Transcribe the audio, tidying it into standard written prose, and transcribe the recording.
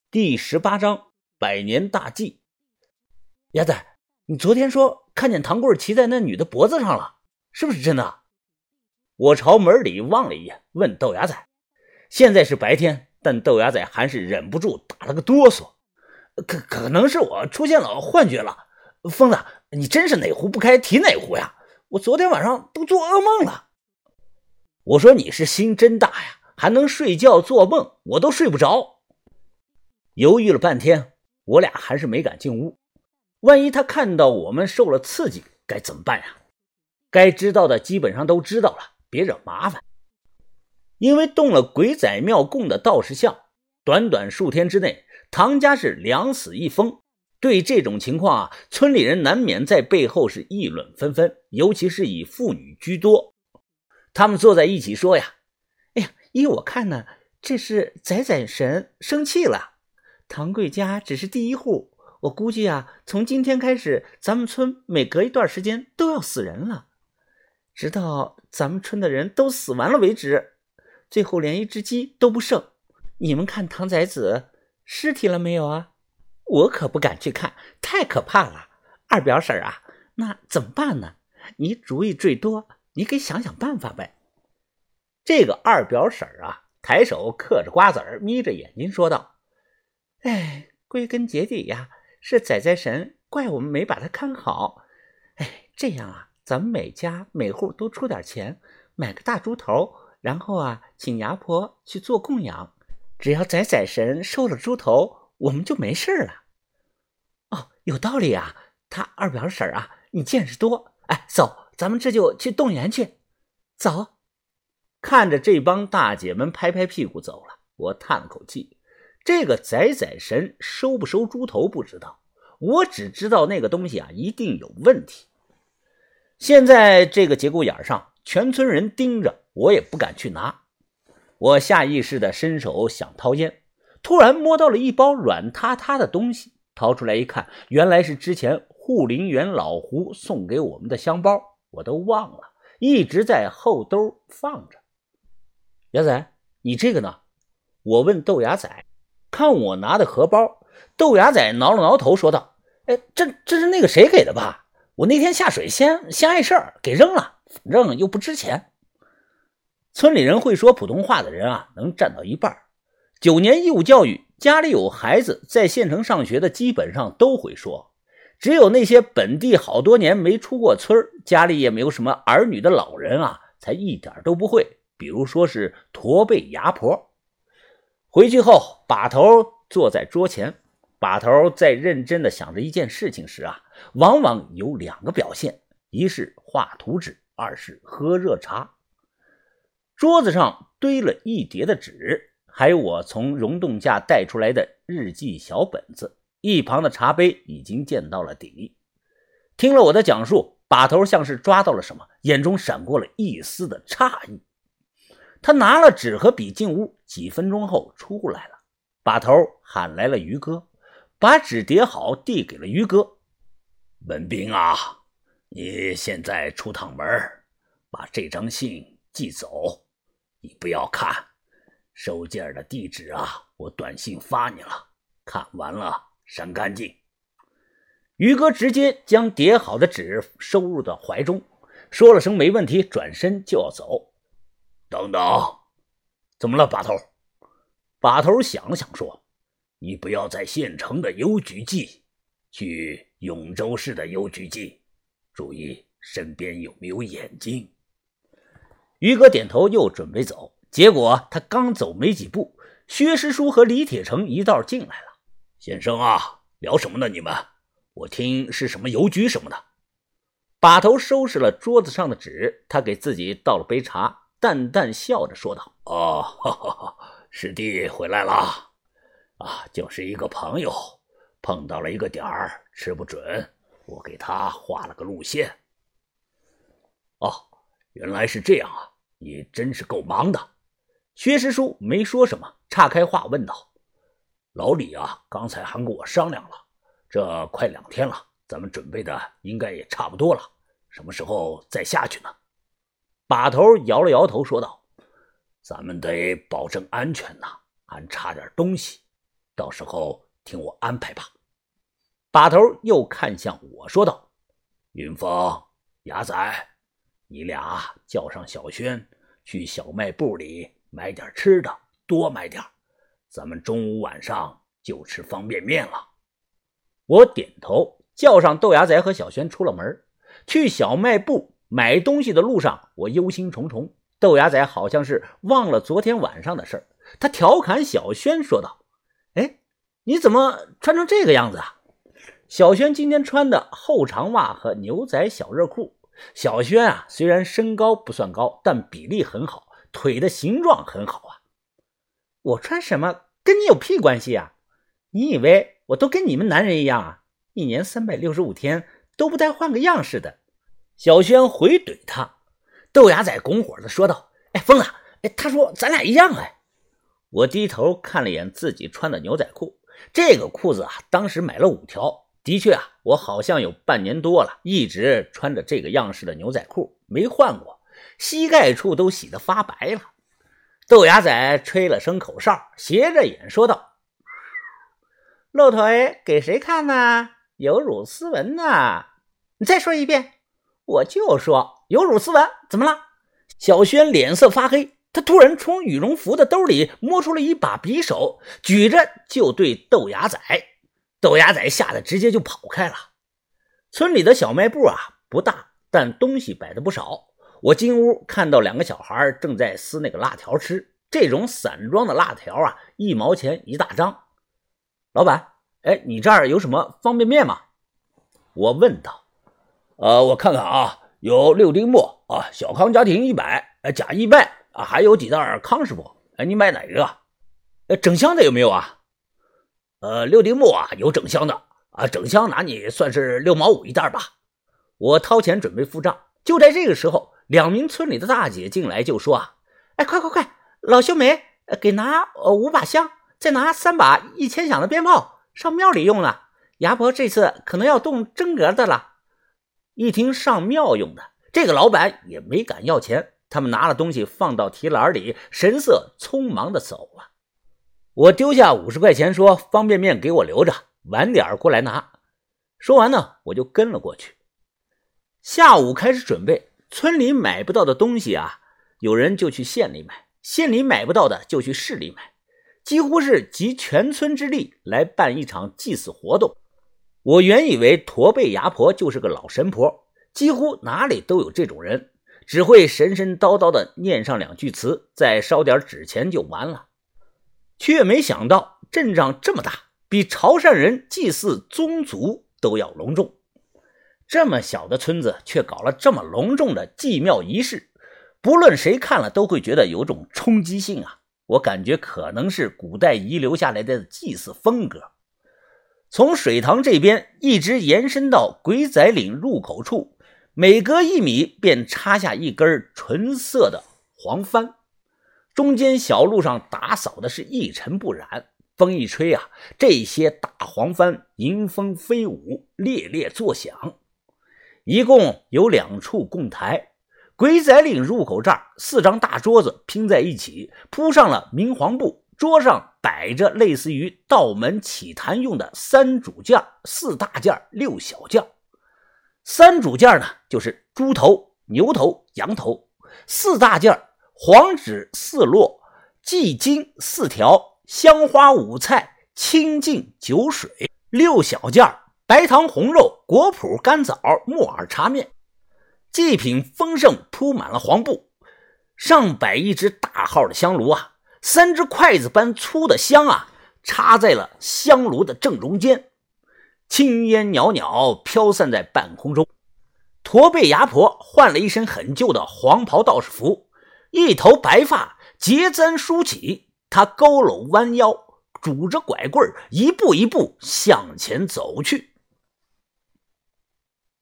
第18章百年大计。鸭仔，你昨天说看见唐贵骑在那女的脖子上了，是不是真的？我朝门里望了一眼，问豆芽仔。现在是白天，但豆芽仔还是忍不住打了个哆嗦。可能是我出现了幻觉了。疯子，你真是哪壶不开提哪壶呀，我昨天晚上都做噩梦了。我说你是心真大呀，还能睡觉做梦，我都睡不着。犹豫了半天，我俩还是没敢进屋。万一他看到我们受了刺激，该怎么办呀？该知道的基本上都知道了，别惹麻烦。因为动了鬼仔庙供的道士像，短短数天之内，唐家是两死一疯。对这种情况啊，村里人难免在背后是议论纷纷，尤其是以妇女居多。他们坐在一起说呀：“哎呀，依我看呢，这是仔仔神生气了。唐贵家只是第一户，我估计啊，从今天开始，咱们村每隔一段时间都要死人了，直到咱们村的人都死完了为止，最后连一只鸡都不剩。你们看唐仔子尸体了没有啊？我可不敢去看，太可怕了。二表婶啊，那怎么办呢？你主意最多，你给想想办法呗。”这个二表婶啊，抬手嗑着瓜子儿，眯着眼睛说道：“哎，归根结底呀，是仔仔神怪我们没把他看好。哎，这样啊，咱们每家每户都出点钱，买个大猪头，然后啊，请牙婆去做供养。只要仔仔神收了猪头，我们就没事了。”哦，有道理啊，他二表婶啊，你见识多。哎，走，咱们这就去动员去。走。看着这帮大姐们拍拍屁股走了，我叹了口气。这个仔仔神收不收猪头不知道，我只知道那个东西啊一定有问题。现在这个节骨眼上，全村人盯着，我也不敢去拿。我下意识地伸手想掏烟，突然摸到了一包软塌塌的东西，掏出来一看，原来是之前护林员老胡送给我们的香包，我都忘了，一直在后兜放着。牙仔，你这个呢？我问豆芽仔。看我拿的荷包，豆芽仔挠了挠头说道：“哎，这是那个谁给的吧？我那天下水嫌碍事儿给扔了，反正又不值钱。”村里人会说普通话的人啊，能占到一半。9年义务教育，家里有孩子在县城上学的基本上都会说，只有那些本地好多年没出过村，家里也没有什么儿女的老人啊，才一点都不会。比如说是驼背牙婆。回去后，把头坐在桌前，把头在认真的想着一件事情时啊，往往有2个表现，一是画图纸，二是喝热茶。桌子上堆了一叠的纸，还有我从溶洞架带出来的日记小本子，一旁的茶杯已经见到了底。听了我的讲述，把头像是抓到了什么，眼中闪过了一丝的诧异。他拿了纸和笔进屋，几分钟后出来了。把头喊来了于哥，把纸叠好递给了于哥。文斌啊，你现在出趟门，把这张信寄走。你不要看，收件的地址啊，我短信发你了，看完了删干净。于哥直接将叠好的纸收入到怀中，说了声没问题，转身就要走。等等，怎么了，把头？把头想了想说：“你不要在县城的邮局寄，去永州市的邮局寄，注意身边有没有眼睛。”于哥点头，又准备走，结果他刚走没几步，薛师叔和李铁成一道进来了。“先生啊，聊什么呢你们？我听是什么邮局什么的。”把头收拾了桌子上的纸，他给自己倒了杯茶，淡淡笑着说道：“哦，哈哈，师弟回来了啊，就是一个朋友碰到了一个点儿吃不准，我给他画了个路线。”“哦，原来是这样啊，你真是够忙的。”薛师叔没说什么，岔开话问道：“老李啊，刚才还跟我商量了，这快2天了，咱们准备的应该也差不多了，什么时候再下去呢？”把头摇了摇头说道：“咱们得保证安全呐，还差点东西， 到时候听我安排吧。把头又看向我说道：云峰、牙仔，你俩叫上小轩去小卖部里买点吃的，多买点，咱们中午晚上就吃方便面了。我点头，叫上豆芽仔和小轩出了门。去小卖部买东西的路上，我忧心忡忡。豆芽仔好像是忘了昨天晚上的事儿，他调侃小轩说道：哎，你怎么穿成这个样子啊？小轩今天穿的厚长袜和牛仔小热裤。小轩啊，虽然身高不算高，但比例很好，腿的形状很好啊。我穿什么跟你有屁关系啊？你以为我都跟你们男人一样啊？一年365天都不带换个样式的。小轩回怼他。豆芽仔拱火的说道：哎，疯子，他说咱俩一样哎。我低头看了眼自己穿的牛仔裤，这个裤子啊，当时买了5条。的确啊，我好像有半年多了，一直穿着这个样式的牛仔裤，没换过，膝盖处都洗得发白了。豆芽仔吹了声口哨，斜着眼说道：露腿给谁看呢？有辱斯文呢。你再说一遍。我就说有辱斯文，怎么了？小轩脸色发黑，他突然从羽绒服的兜里摸出了一把匕首，举着就对豆芽仔。豆芽仔吓得直接就跑开了。村里的小卖部啊不大，但东西摆的不少。我进屋看到2个小孩正在撕那个辣条吃，这种散装的辣条啊，1毛钱一大张。老板，你这儿有什么方便面吗？我问道。我看看啊，有6丁沫啊，小康家庭100，假1卖啊，还有几袋康师傅。你买哪个？整箱的有没有啊？6丁沫啊，有整箱的啊，整箱拿你算是6毛5一袋吧。我掏钱准备付账，就在这个时候，2名村里的大姐进来就说啊：快，老秀梅，给拿5把香，再拿3把1000响的鞭炮，上庙里用了。牙婆这次可能要动真格的了。一听上庙用的，这个老板也没敢要钱，他们拿了东西放到提篮里，神色匆忙的走了。我丢下50块钱说：方便面给我留着，晚点过来拿。说完呢，我就跟了过去。下午开始准备，村里买不到的东西啊，有人就去县里买，县里买不到的就去市里买，几乎是集全村之力来办一场祭祀活动。我原以为驼背牙婆就是个老神婆，几乎哪里都有这种人，只会神神叨叨的念上2句词，再烧点纸钱就完了。却没想到阵仗这么大，比潮汕人祭祀宗族都要隆重。这么小的村子却搞了这么隆重的祭庙仪式，不论谁看了都会觉得有种冲击性啊！我感觉可能是古代遗留下来的祭祀风格。从水塘这边一直延伸到鬼仔岭入口处，每隔1米便插下一根纯色的黄帆，中间小路上打扫的是一尘不染。风一吹啊，这些大黄帆迎风飞舞，猎猎作响。一共有2处供台，鬼仔岭入口这儿4张大桌子拼在一起，铺上了明黄布，桌上摆着类似于道门起坛用的3主件、4大件、6小件。3主件呢，就是猪头、牛头、羊头；4大件，黄纸4摞，祭金4条，香花5菜，清净酒水；6小件，白糖红肉，果脯干枣，木耳茶面。祭品丰盛，铺满了黄布，上摆一只大号的香炉啊，3只筷子般粗的香啊，插在了香炉的正中间，青烟袅袅飘散在半空中。驼背牙婆换了一身很旧的黄袍道士服，一头白发结簪梳起，她佝偻弯腰，拄着拐棍，一步一步向前走去。